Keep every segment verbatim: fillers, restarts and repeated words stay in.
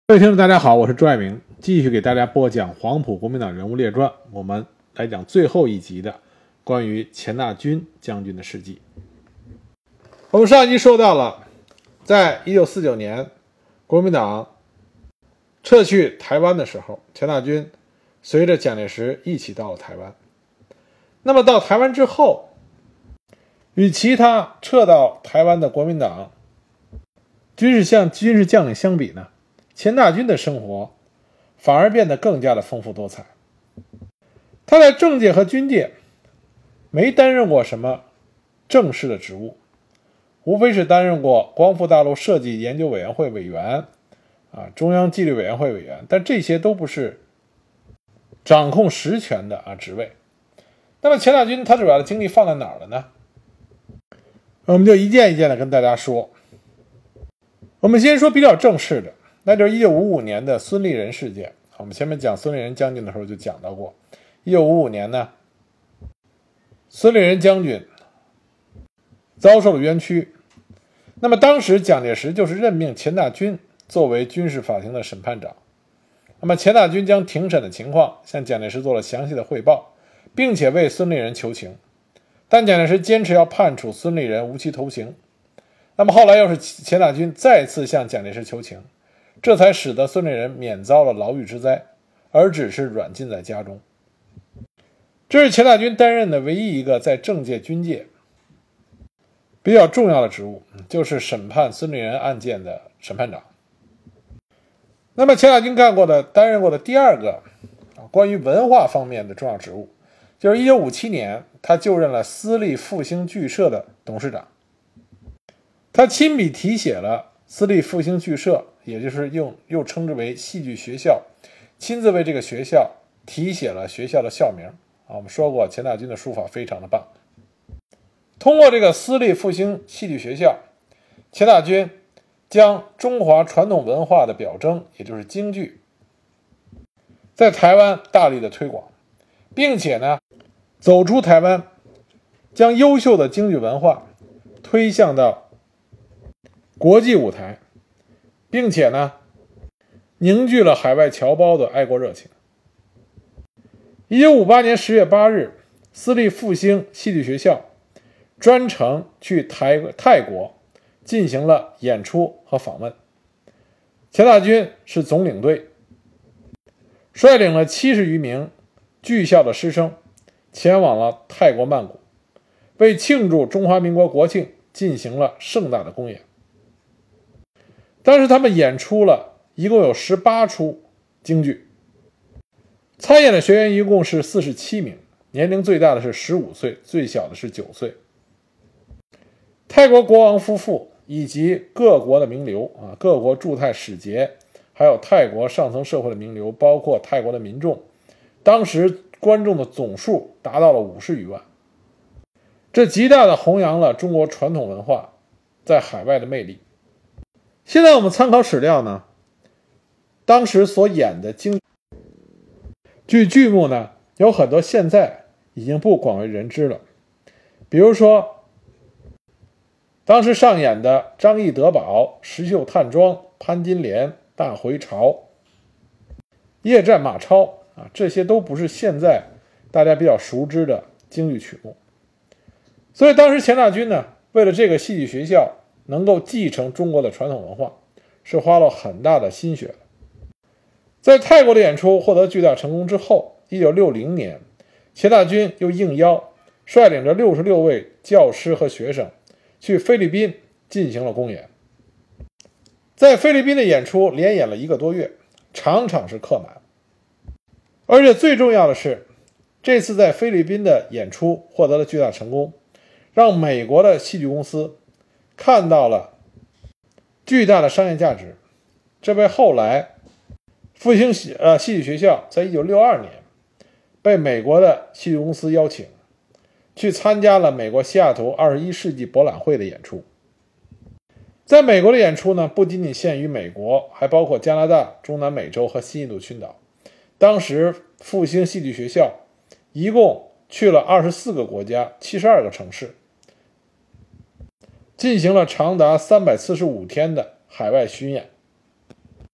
各位听众大家好，我是朱爱明，继续给大家播讲黄埔国民党人物列传，我们来讲最后一集的关于钱大钧将军的事迹。我们上一集说到了，在一九四九年国民党撤去台湾的时候，钱大钧随着蒋介石一起到了台湾。那么到台湾之后，与其他撤到台湾的国民党军事将军事将领相比呢，钱大钧的生活反而变得更加的丰富多彩。他在政界和军界没担任过什么正式的职务，无非是担任过光复大陆设计研究委员会委员啊，中央纪律委员会委员，但这些都不是掌控实权的啊职位。那么钱大钧他主要的精力放在哪儿了呢？我们就一件一件的跟大家说。我们先说比较正式的，那就是一九五五年的孙立人事件。我们前面讲孙立人将军的时候就讲到过，一九五五年呢，孙立人将军遭受了冤屈。那么当时蒋介石就是任命钱大钧作为军事法庭的审判长。那么钱大钧将庭审的情况向蒋介石做了详细的汇报，并且为孙立人求情。但蒋介石坚持要判处孙立人无期徒刑。那么后来又是钱大钧再次向蒋介石求情，这才使得孙立人免遭了牢狱之灾，而只是软禁在家中。这是钱大钧担任的唯一一个在政界军界比较重要的职务，就是审判孙立人案件的审判长。那么钱大钧干过的担任过的第二个关于文化方面的重要职务，就是一九五七年他就任了私立复兴剧社的董事长。他亲笔题写了私立复兴剧社，也就是用又称之为戏剧学校，亲自为这个学校题写了学校的校名啊。我们说过钱大钧的书法非常的棒。通过这个私立复兴戏剧学校，钱大钧将中华传统文化的表征，也就是京剧，在台湾大力的推广，并且呢走出台湾，将优秀的京剧文化推向到国际舞台，并且呢凝聚了海外侨胞的爱国热情。一九五八年十月八日，私立复兴戏剧学校专程去台泰国进行了演出和访问。钱大钧是总领队，率领了七十余名剧校的师生前往了泰国曼谷，为庆祝中华民国国庆进行了盛大的公演。当时他们演出了一共有十八出京剧，参演的学员一共是四十七名，年龄最大的是十五岁，最小的是九岁。泰国国王夫妇以及各国的名流啊，各国驻泰使节，还有泰国上层社会的名流，包括泰国的民众，当时观众的总数达到了五十余万。这极大的弘扬了中国传统文化在海外的魅力。现在我们参考史料呢，当时所演的京剧剧目呢，有很多现在已经不广为人知了。比如说当时上演的张翼德宝、石秀探庄、潘金莲、大回朝、夜战马超啊，这些都不是现在大家比较熟知的京剧曲目。所以当时钱大钧呢，为了这个戏剧学校能够继承中国的传统文化，是花了很大的心血的。在泰国的演出获得巨大成功之后，一九六零年，钱大钧又应邀率领着六十六位教师和学生去菲律宾进行了公演。在菲律宾的演出连演了一个多月，场场是客满。而且最重要的是，这次在菲律宾的演出获得了巨大成功，让美国的戏剧公司看到了巨大的商业价值，这为后来复兴戏呃戏剧学校在一九六二年被美国的戏剧公司邀请去参加了美国西雅图二十一世纪博览会的演出。在美国的演出呢，不仅仅限于美国，还包括加拿大、中南美洲和新印度群岛。当时复兴戏剧学校一共去了二十四个国家、七十二个城市，进行了长达三百四十五天的海外巡演。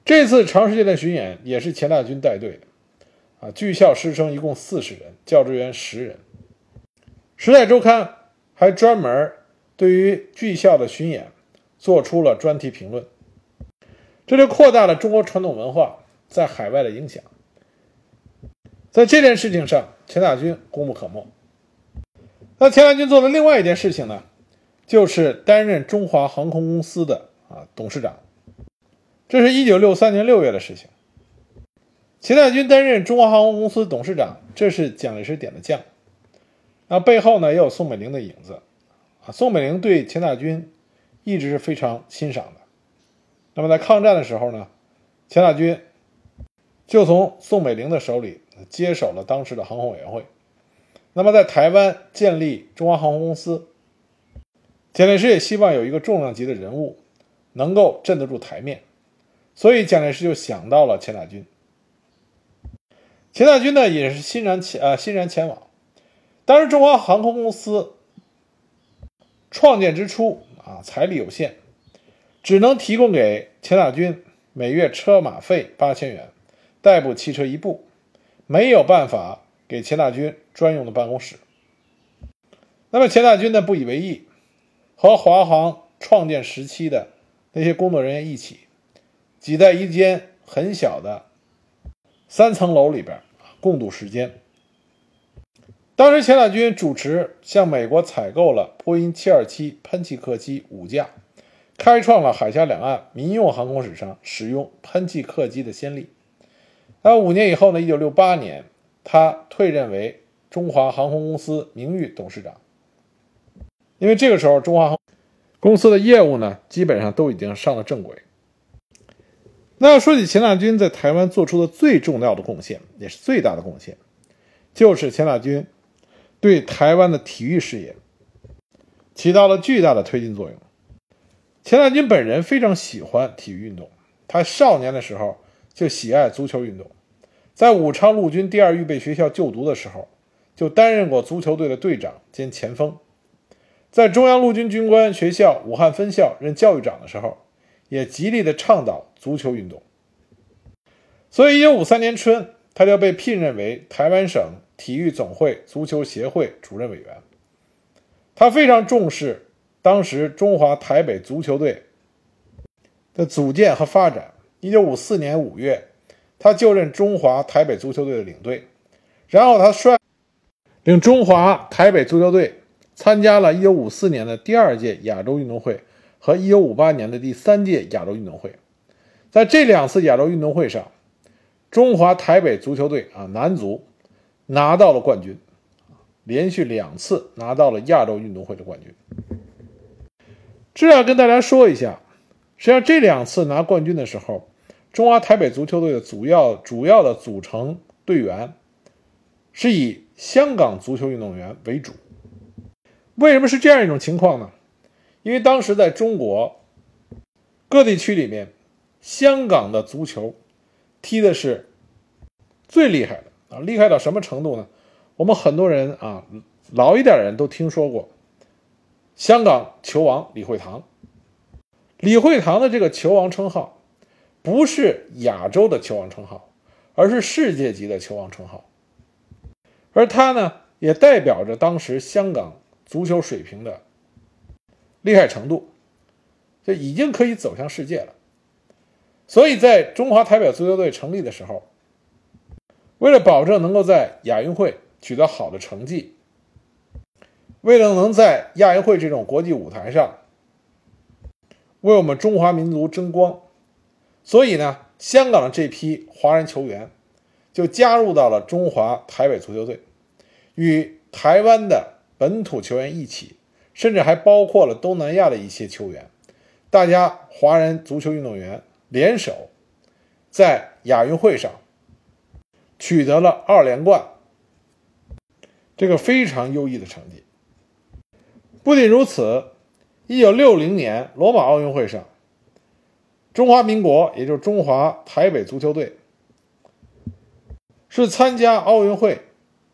这次长时间的巡演也是钱大钧带队的啊，剧校师生一共四十人，教职员十人。时代周刊还专门对于剧校的巡演做出了专题评论，这就扩大了中国传统文化在海外的影响。在这件事情上，钱大钧功不可没。那钱大钧做的另外一件事情呢，就是担任中华航空公司的啊董事长。这是一九六三年六月的事情。钱大钧担任中华航空公司董事长，这是蒋介石点的将。那背后呢也有宋美龄的影子啊。宋美龄对钱大钧一直是非常欣赏的。那么在抗战的时候呢，钱大钧就从宋美龄的手里接手了当时的航空委员会。那么在台湾建立中华航空公司，蒋介石也希望有一个重量级的人物能够镇得住台面，所以蒋介石就想到了钱大钧。钱大钧呢也是欣然前呃欣然前往。当时中华航空公司创建之初啊，财力有限，只能提供给钱大钧每月车马费八千元，代步汽车一部，没有办法给钱大钧专用的办公室。那么钱大钧呢不以为意，和华航创建时期的那些工作人员一起挤在一间很小的三层楼里边共度时间。当时钱大钧主持向美国采购了波音七二七喷气客机五架，开创了海峡两岸民用航空史上使用喷气客机的先例。而五年以后呢，一九六八年他退任为中华航空公司名誉董事长。因为这个时候中华航空公司的业务呢基本上都已经上了正轨。那说起钱大钧在台湾做出的最重要的贡献，也是最大的贡献，就是钱大钧对台湾的体育事业起到了巨大的推进作用。钱大钧本人非常喜欢体育运动，他少年的时候就喜爱足球运动，在武昌陆军第二预备学校就读的时候，就担任过足球队的队长兼前锋。在中央陆军军官学校武汉分校任教育长的时候，也极力的倡导足球运动。所以一九五三年春，他就被聘任为台湾省体育总会足球协会主任委员。他非常重视当时中华台北足球队的组建和发展。一九五四年五月，他就任中华台北足球队的领队，然后他率领中华台北足球队参加了一九五四年的第二届亚洲运动会和一九五八年的第三届亚洲运动会。在这两次亚洲运动会上，中华台北足球队啊男足拿到了冠军，连续两次拿到了亚洲运动会的冠军。这要跟大家说一下，实际上这两次拿冠军的时候，中华台北足球队的主要主要的组成队员是以香港足球运动员为主。为什么是这样一种情况呢？因为当时在中国各地区里面，香港的足球踢的是最厉害的啊，厉害到什么程度呢？我们很多人啊，老一点的人都听说过香港球王李惠堂。李惠堂的这个球王称号不是亚洲的球王称号，而是世界级的球王称号。而他呢，也代表着当时香港足球水平的厉害程度，就已经可以走向世界了。所以在中华台北足球队成立的时候，为了保证能够在亚运会取得好的成绩，为了能在亚运会这种国际舞台上为我们中华民族争光，所以呢，香港的这批华人球员就加入到了中华台北足球队，与台湾的本土球员一起，甚至还包括了东南亚的一些球员，大家华人足球运动员联手在亚运会上取得了二连冠，这个非常优异的成绩。不仅如此，一九六零年罗马奥运会上，中华民国也就是中华台北足球队是参加奥运会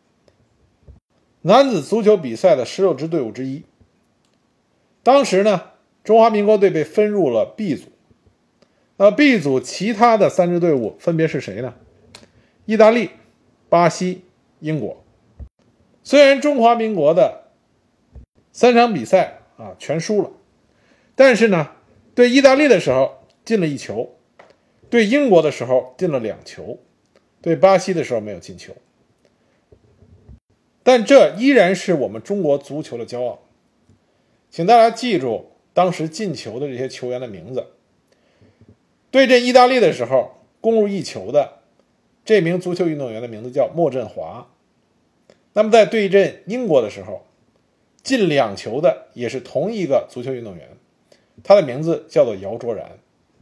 男子足球比赛的十六支队伍之一。当时呢，中华民国队被分入了 B 组， 呃 B 组其他的三支队伍分别是谁呢？意大利、巴西、英国。虽然中华民国的三场比赛啊全输了，但是呢，对意大利的时候进了一球，对英国的时候进了两球，对巴西的时候没有进球。但这依然是我们中国足球的骄傲。请大家记住当时进球的这些球员的名字。对阵意大利的时候攻入一球的这名足球运动员的名字叫莫振华。那么在对阵英国的时候进两球的也是同一个足球运动员，他的名字叫做姚卓然。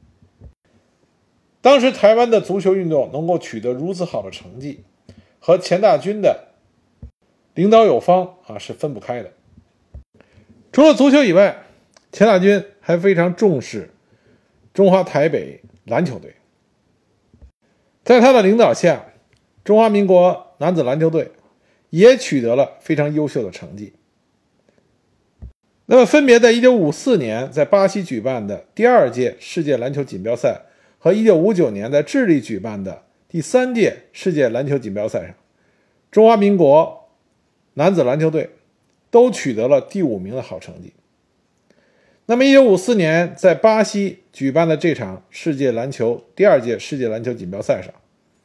当时台湾的足球运动能够取得如此好的成绩，和钱大钧的领导有方啊是分不开的。除了足球以外，钱大钧还非常重视中华台北篮球队。在他的领导下，中华民国男子篮球队也取得了非常优秀的成绩。那么分别在一九五四年在巴西举办的第二届世界篮球锦标赛和一九五九年在智利举办的第三届世界篮球锦标赛上，中华民国男子篮球队都取得了第五名的好成绩。那么一九五四年在巴西举办的这场世界篮球第二届世界篮球锦标赛上，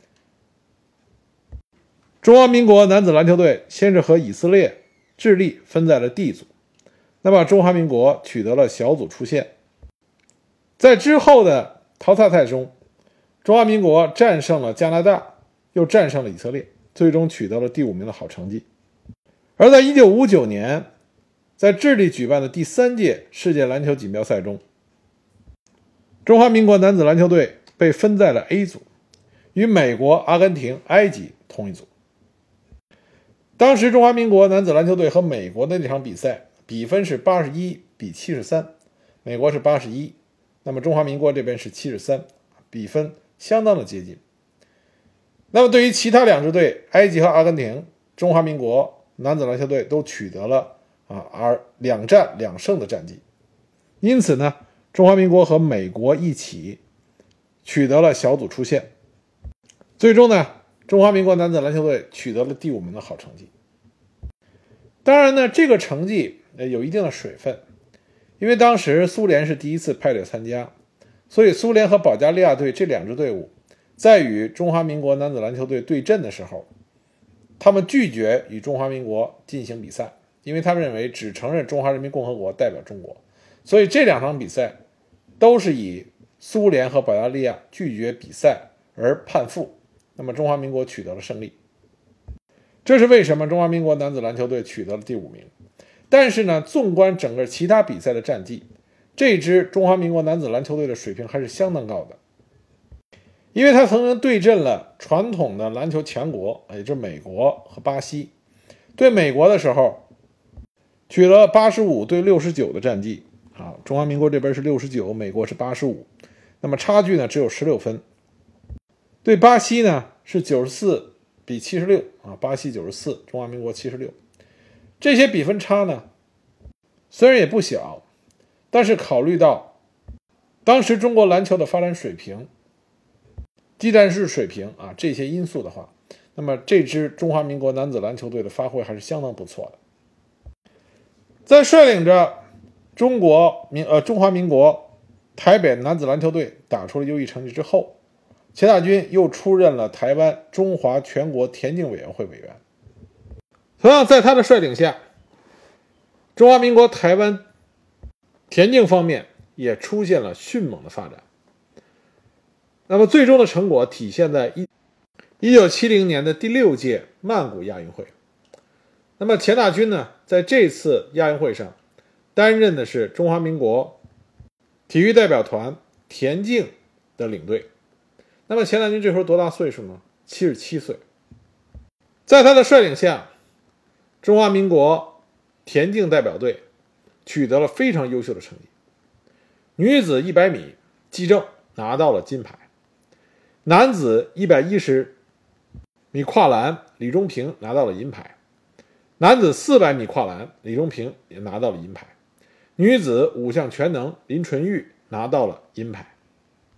中华民国男子篮球队先是和以色列、智利分在了 D 组，那么中华民国取得了小组出线。在之后的淘汰赛中，中华民国战胜了加拿大，又战胜了以色列，最终取得了第五名的好成绩。而在一九五九年在智利举办的第三届世界篮球锦标赛中，中华民国男子篮球队被分在了 A 组，与美国、阿根廷、埃及同一组。当时中华民国男子篮球队和美国的那场比赛比分是八十一比七十三，美国是八十一，那么中华民国这边是七十三，比分相当的接近。那么对于其他两支队埃及和阿根廷，中华民国男子篮球队都取得了啊而两战两胜的战绩。因此呢，中华民国和美国一起取得了小组出线。最终呢，中华民国男子篮球队取得了第五名的好成绩。当然呢，这个成绩有一定的水分，因为当时苏联是第一次派队参加，所以苏联和保加利亚队这两支队伍在与中华民国男子篮球队对阵的时候，他们拒绝与中华民国进行比赛，因为他们认为只承认中华人民共和国代表中国，所以这两场比赛都是以苏联和保加利亚拒绝比赛而判负，那么中华民国取得了胜利。这是为什么中华民国男子篮球队取得了第五名。但是呢，纵观整个其他比赛的战绩，这支中华民国男子篮球队的水平还是相当高的。因为他曾经对阵了传统的篮球强国，也就是美国和巴西。对美国的时候取了八十五对六十九的战绩啊，中华民国这边是六十九，美国是八十五，那么差距呢只有十六分。对巴西呢是九十四比七十六啊，巴西九十四，中华民国七十六。这些比分差呢虽然也不小，但是考虑到当时中国篮球的发展水平、技战术水平啊这些因素的话，那么这支中华民国男子篮球队的发挥还是相当不错的。在率领着中国民呃中华民国台北男子篮球队打出了优异成绩之后，钱大钧又出任了台湾中华全国田径委员会委员。同样在他的率领下，中华民国台湾田径方面也出现了迅猛的发展。那么最终的成果体现在一九七零年的第六届曼谷亚运会。那么钱大钧呢，在这次亚运会上担任的是中华民国体育代表团田径的领队。那么钱大钧这时候多大岁数呢？七十七岁。在他的率领下，中华民国田径代表队取得了非常优秀的成绩。女子一百米季正拿到了金牌，男子一百一十米跨栏李宗平拿到了银牌，男子四百米跨栏李宗平也拿到了银牌，女子五项全能林纯玉拿到了银牌。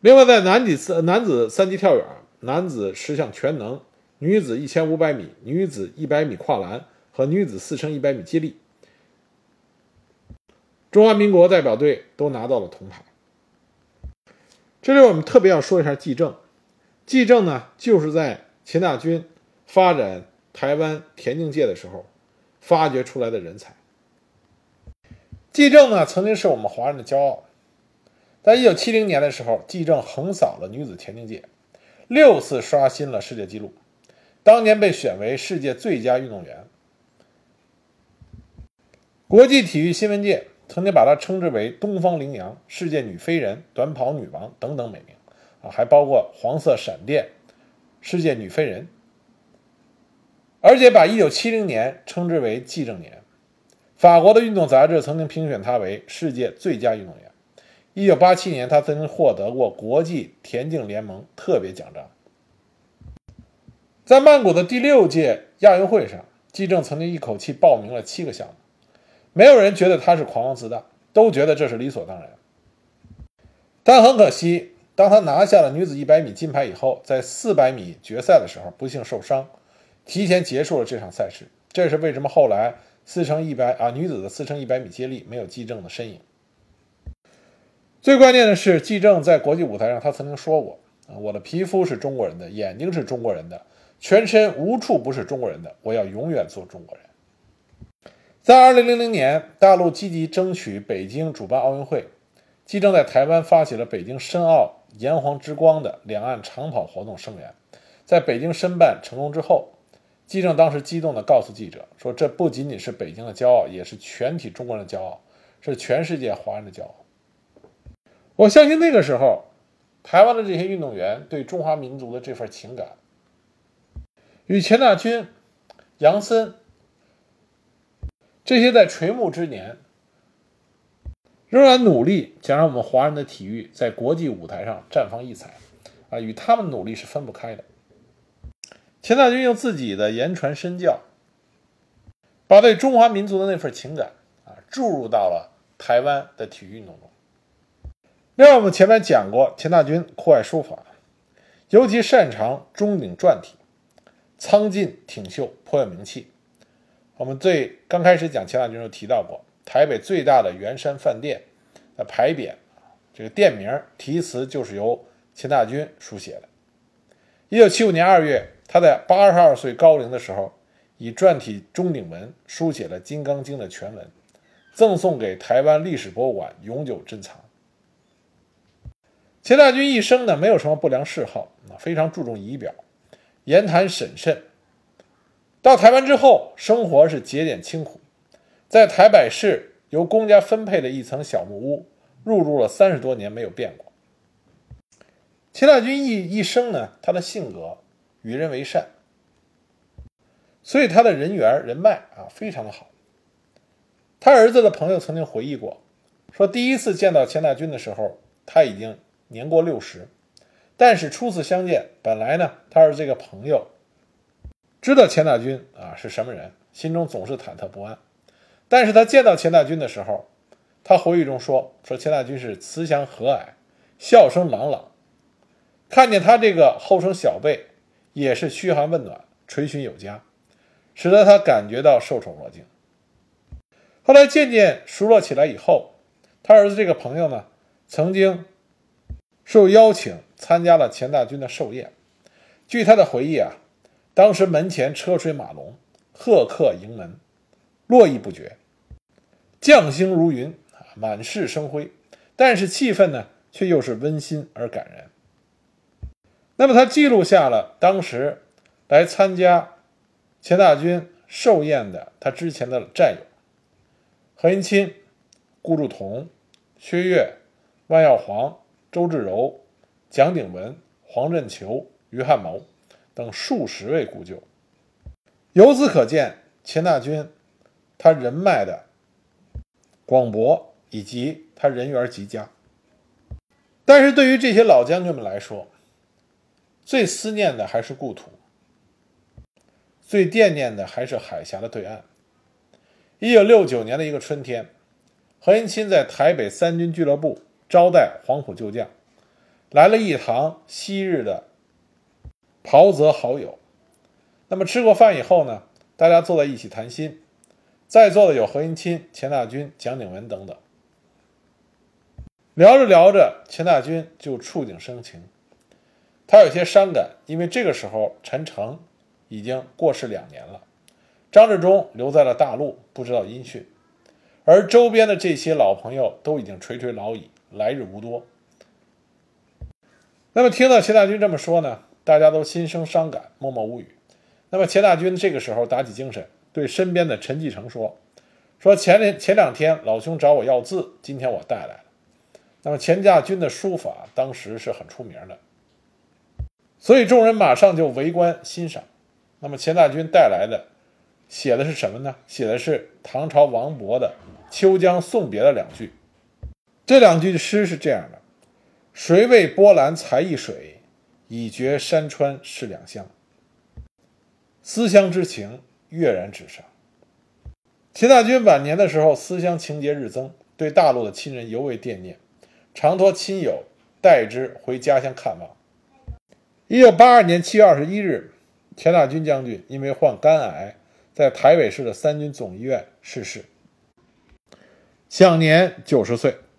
另外，在男子男子三级跳远、男子十项全能、女子一千五百米、女子一百米跨栏和女子四乘一百米接力，中华民国代表队都拿到了铜牌。这里我们特别要说一下季正。季正呢，就是在钱大钧发展台湾田径界的时候发掘出来的人才。季正呢，曾经是我们华人的骄傲。在一九七零年的时候，季正横扫了女子田径界，六次刷新了世界纪录，当年被选为世界最佳运动员。国际体育新闻界曾经把她称之为东方羚羊、世界女飞人、短跑女王等等美名啊，还包括黄色闪电、世界女飞人，而且把一九七零年称之为季正年。法国的运动杂志曾经评选她为世界最佳运动员。一九八七年，她曾经获得过国际田径联盟特别奖章。在曼谷的第六届亚运会上，季正曾经一口气报名了七个项目，没有人觉得他是狂妄自大，都觉得这是理所当然。但很可惜，当他拿下了女子一百米金牌以后，在四百米决赛的时候不幸受伤，提前结束了这场赛事。这是为什么后来四乘一百啊女子的四乘一百米接力没有季正的身影。最关键的是，季正在国际舞台上他曾经说过啊，我的皮肤是中国人的，眼睛是中国人的，全身无处不是中国人的，我要永远做中国人。在二零零零年，大陆积极争取北京主办奥运会，季正在台湾发起了北京申奥炎黄之光的两岸长跑活动声援。在北京申办成功之后，季正当时激动地告诉记者说，这不仅仅是北京的骄傲，也是全体中国人的骄傲，是全世界华人的骄傲。我相信那个时候台湾的这些运动员对中华民族的这份情感，与钱大钧、杨森这些在垂暮之年仍然努力想让我们华人的体育在国际舞台上绽放异彩啊，与他们的努力是分不开的。钱大钧用自己的言传身教，把对中华民族的那份情感啊注入到了台湾的体育运动中。另外，我们前面讲过，钱大钧酷爱书法，尤其擅长钟鼎篆体，苍劲挺秀，颇有名气。我们最刚开始讲钱大钧就提到过，台北最大的圆山饭店的牌匾，这个店名题词就是由钱大钧书写的。一九七五年二月，他在八十二岁高龄的时候，以篆体钟鼎文书写了《金刚经》的全文，赠送给台湾历史博物馆永久珍藏。钱大钧一生呢，没有什么不良嗜好，非常注重仪表，言谈审慎。到台湾之后，生活是节俭清苦，在台北市由公家分配的一层小木屋入住了三十多年，没有变过。钱大钧一一生呢，他的性格与人为善，所以他的人缘人脉啊非常的好。他儿子的朋友曾经回忆过，说第一次见到钱大钧的时候，他已经年过六十，但是初次相见，本来呢，他儿子这个朋友知道钱大钧啊是什么人，心中总是忐忑不安。但是他见到钱大钧的时候，他回忆中说，说钱大钧是慈祥和蔼，笑声朗朗，看见他这个后生小辈也是嘘寒问暖，垂询有加，使得他感觉到受宠若惊。后来渐渐熟络起来以后，他儿子这个朋友呢，曾经受邀请参加了钱大钧的寿宴。据他的回忆啊，当时门前车水马龙，贺客迎门，络绎不绝，将星如云，满室生辉，但是气氛呢，却又是温馨而感人。那么他记录下了当时来参加钱大钧寿宴的他之前的战友何应钦、顾祝同、薛岳、万耀煌、周至柔、蒋鼎文、黄振球、于汉谋等数十位故旧。由此可见，钱大钧他人脉的广博以及他人缘极佳。但是对于这些老将军们来说，最思念的还是故土，最惦念的还是海峡的对岸。一九六九年的一个春天，何应钦在台北三军俱乐部招待黄埔旧将， 来了一堂昔日的袍泽好友。那么吃过饭以后呢，大家坐在一起谈心，在座的有何应钦、钱大钧、蒋鼎文等等。聊着聊着，钱大钧就触景生情，他有些伤感，因为这个时候陈诚已经过世两年了，张治中留在了大陆，不知道音讯，而周边的这些老朋友都已经垂垂老矣，来日无多。那么听到钱大钧这么说呢，大家都心生伤感，默默无语。那么钱大钧这个时候打起精神，对身边的陈继承说说前前两天老兄找我要字，今天我带来了。那么钱大钧的书法当时是很出名的，所以众人马上就围观欣赏。那么钱大钧带来的写的是什么呢？写的是唐朝王勃的《秋江送别》的两句。这两句诗是这样的：谁为波澜才一水，已觉山川是两乡。思乡之情跃然纸上。钱大钧晚年的时候，思乡情节日增，对大陆的亲人尤为惦念，常托亲友代之回家乡看望。一九八二年七月二十一日，钱大钧将军因为患肝癌，在台北市的三军总医院逝世，享年九十岁。